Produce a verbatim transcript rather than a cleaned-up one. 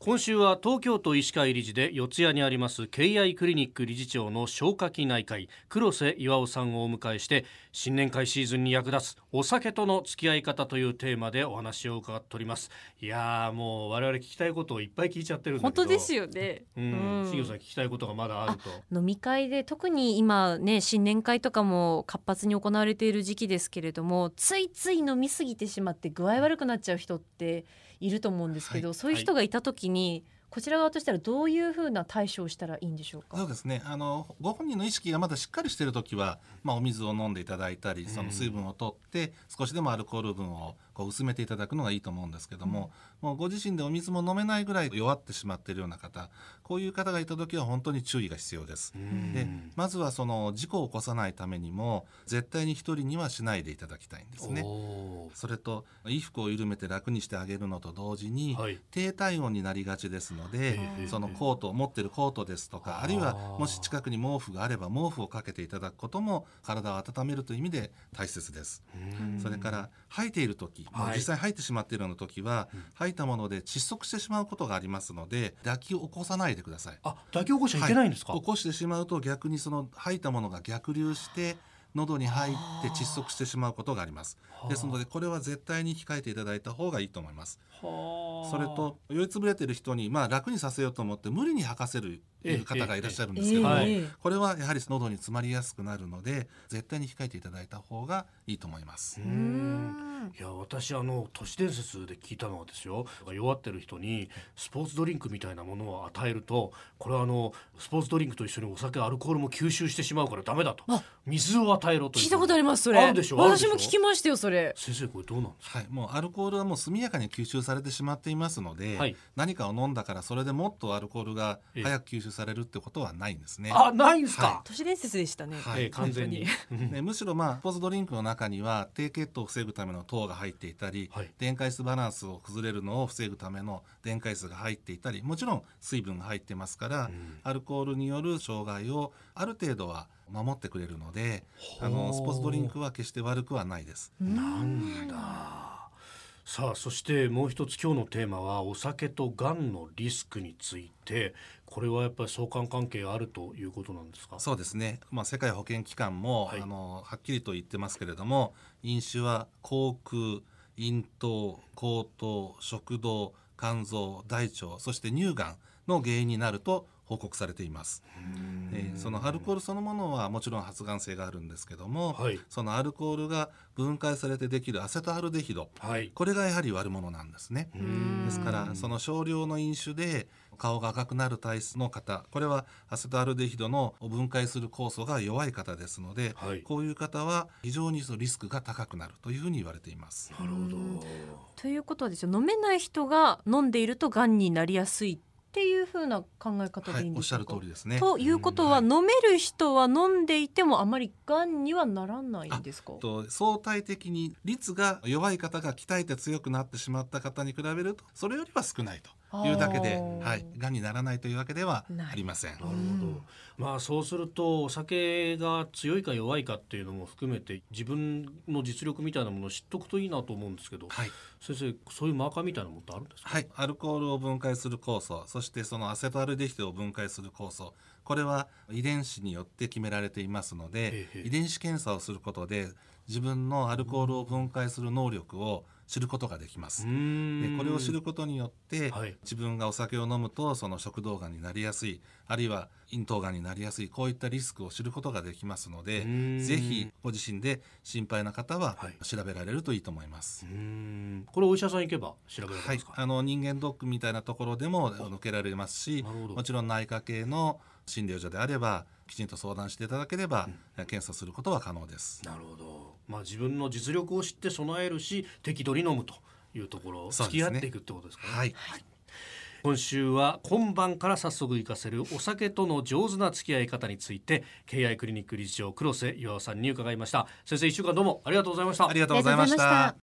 今週は東京都医師会理事で四谷にありますケーアイクリニック理事長の消化器内科医黒瀬巌さんをお迎えして、新年会シーズンに役立つお酒との付き合い方というテーマでお話を伺っております。いやーもう我々聞きたいことをいっぱい聞いちゃってるんだけど、 本当ですよね。 うん、 うん、 しげさん聞きたいことがまだあると。 飲み会で特に今ね、新年会とかも活発に行われている時期ですけれども、ついつい飲みすぎてしまって具合悪くなっちゃう人っていると思うんですけど、はい、そういう人がいた時に、はい、こちら側としたらどういうふうな対処をしたらいいんでしょうか。 そうですね、あのご本人の意識がまだしっかりしているときは、まあ、お水を飲んでいただいたり、その水分を取って少しでもアルコール分をこう薄めていただくのがいいと思うんですけども、うん、もうご自身でお水も飲めないぐらい弱ってしまっているような方、こういう方がいたときは本当に注意が必要です。でまずはその事故を起こさないためにも絶対に一人にはしないでいただきたいんですね。それと衣服を緩めて楽にしてあげるのと同時に、はい、低体温になりがちですので、そのコートを持っているコートですとか、あるいはもし近くに毛布があれば毛布をかけていただくことも体を温めるという意味で大切です。それから吐いている時、はい、実際吐いてしまっているような時は、うん、吐いたもので窒息してしまうことがありますので、抱き起こさないでください。 あ、抱き起こしちゃいけないんですか。 はい、起こしてしまうと逆にその吐いたものが逆流して喉に入って窒息してしまうことがあります。ですのでこれは絶対に控えていただいた方がいいと思います。それと酔いつぶれている人に、まあ、楽にさせようと思って無理に吐かせる方がいらっしゃるんですけども、これはやはり喉に詰まりやすくなるので絶対に控えていただいた方がいいと思います。 うーん、いや私あの都市伝説で聞いたのはですよ、弱ってる人にスポーツドリンクみたいなものを与えると、これはあのスポーツドリンクと一緒にお酒アルコールも吸収してしまうからダメだと、水を与えろという。 聞いたことあります。それあるでしょ。 私も聞きましたよそれ。 先生これどうなんですか。 はい、もうアルコールはもう速やかに吸収されてしまっていますので、はい、何かを飲んだからそれでもっとアルコールが早く吸収されるってことはないんですね。 あ、ないんですか。はい、 都市伝説でしたね。 はい、 完全にね、むしろまあスポーツドリンクの中には低血糖を防ぐための糖が入っていたり、はい、電解質バランスを崩れるのを防ぐための電解質が入っていたり、もちろん水分が入ってますから、うん、アルコールによる障害をある程度は守ってくれるので、あのスポーツドリンクは決して悪くはないです。 なんだ。さあそしてもう一つ今日のテーマはお酒とがんのリスクについて、これはやっぱり相関関係あるということなんですか。 そうですね、まあ、世界保健機関も、はい、あのはっきりと言ってますけれども、飲酒は口腔、咽頭、口頭、食道、肝臓、大腸、そして乳がんの原因になると報告されています。えー、そのアルコールそのものはもちろん発がん性があるんですけども、はい、そのアルコールが分解されてできるアセトアルデヒド、はい、これがやはり悪者なんですね。ですからその少量の飲酒で顔が赤くなる体質の方、これはアセトアルデヒドの分解する酵素が弱い方ですので、はい、こういう方は非常にそのリスクが高くなるというふうに言われています。 なるほど。 ということはですよ、飲めない人が飲んでいるとがんになりやすいっていう風な考え方でいいんでしょうか。 はい、おっしゃる通りですね。 ということは、うん、はい、飲める人は飲んでいてもあまりがんにはならないんですか。 と相対的に率が弱い方が鍛えて強くなってしまった方に比べるとそれよりは少ないというだけで、はい、がんにならないというわけではありません。 なるほど、まあ、そうするとお酒が強いか弱いかっていうのも含めて自分の実力みたいなものを知っとくといいなと思うんですけど、はい、先生そういうマーカーみたいなものってあるんですか。 はい、アルコールを分解する酵素、そしてそのアセトアルデヒドを分解する酵素、これは遺伝子によって決められていますので、遺伝子検査をすることで自分のアルコールを分解する能力を知ることができます。でこれを知ることによって、はい、自分がお酒を飲むとその食道がんになりやすい、あるいは咽頭がんになりやすい、こういったリスクを知ることができますので、ぜひご自身で心配な方は調べられるといいと思います。 はい、うーんこれお医者さん行けば調べられますか。 はい、あの人間ドックみたいなところでも受けられますし、もちろん内科系の診療所であればきちんと相談していただければ、うん、検査することは可能です。 なるほど、まあ、自分の実力を知って備えるし適度に飲むというところを付き合っていくってことですかね。はい、はい、今週は今晩から早速活かせるお酒との上手な付き合い方について ケーアイ クリニック理事長黒瀬巌さんに伺いました。先生いっしゅうかんどうもありがとうございました。 ありがとうございました。